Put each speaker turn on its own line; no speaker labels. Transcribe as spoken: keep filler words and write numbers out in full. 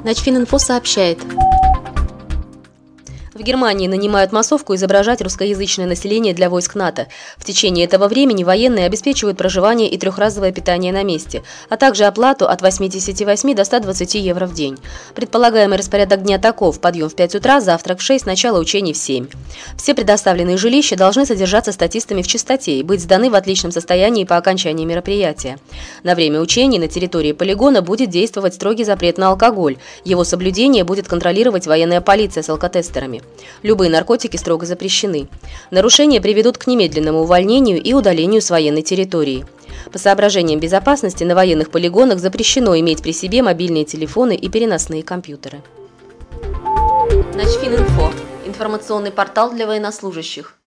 Начфининфо сообщает. В Германии нанимают массовку изображать русскоязычное население для войск НАТО. В течение этого времени военные обеспечивают проживание и трехразовое питание на месте, а также оплату от восьмидесяти восьми до ста двадцати евро в день. Предполагаемый распорядок дня таков: подъем в пять утра, завтрак в шесть, начало учений в семь. Все предоставленные жилища должны содержаться статистами в чистоте и быть сданы в отличном состоянии по окончании мероприятия. На время учений на территории полигона будет действовать строгий запрет на алкоголь. Его соблюдение будет контролировать военная полиция с алкотестерами. Любые наркотики строго запрещены. Нарушения приведут к немедленному увольнению и удалению с военной территории. По соображениям безопасности на военных полигонах запрещено иметь при себе мобильные телефоны и переносные компьютеры. Начфининфо – информационный портал для военнослужащих.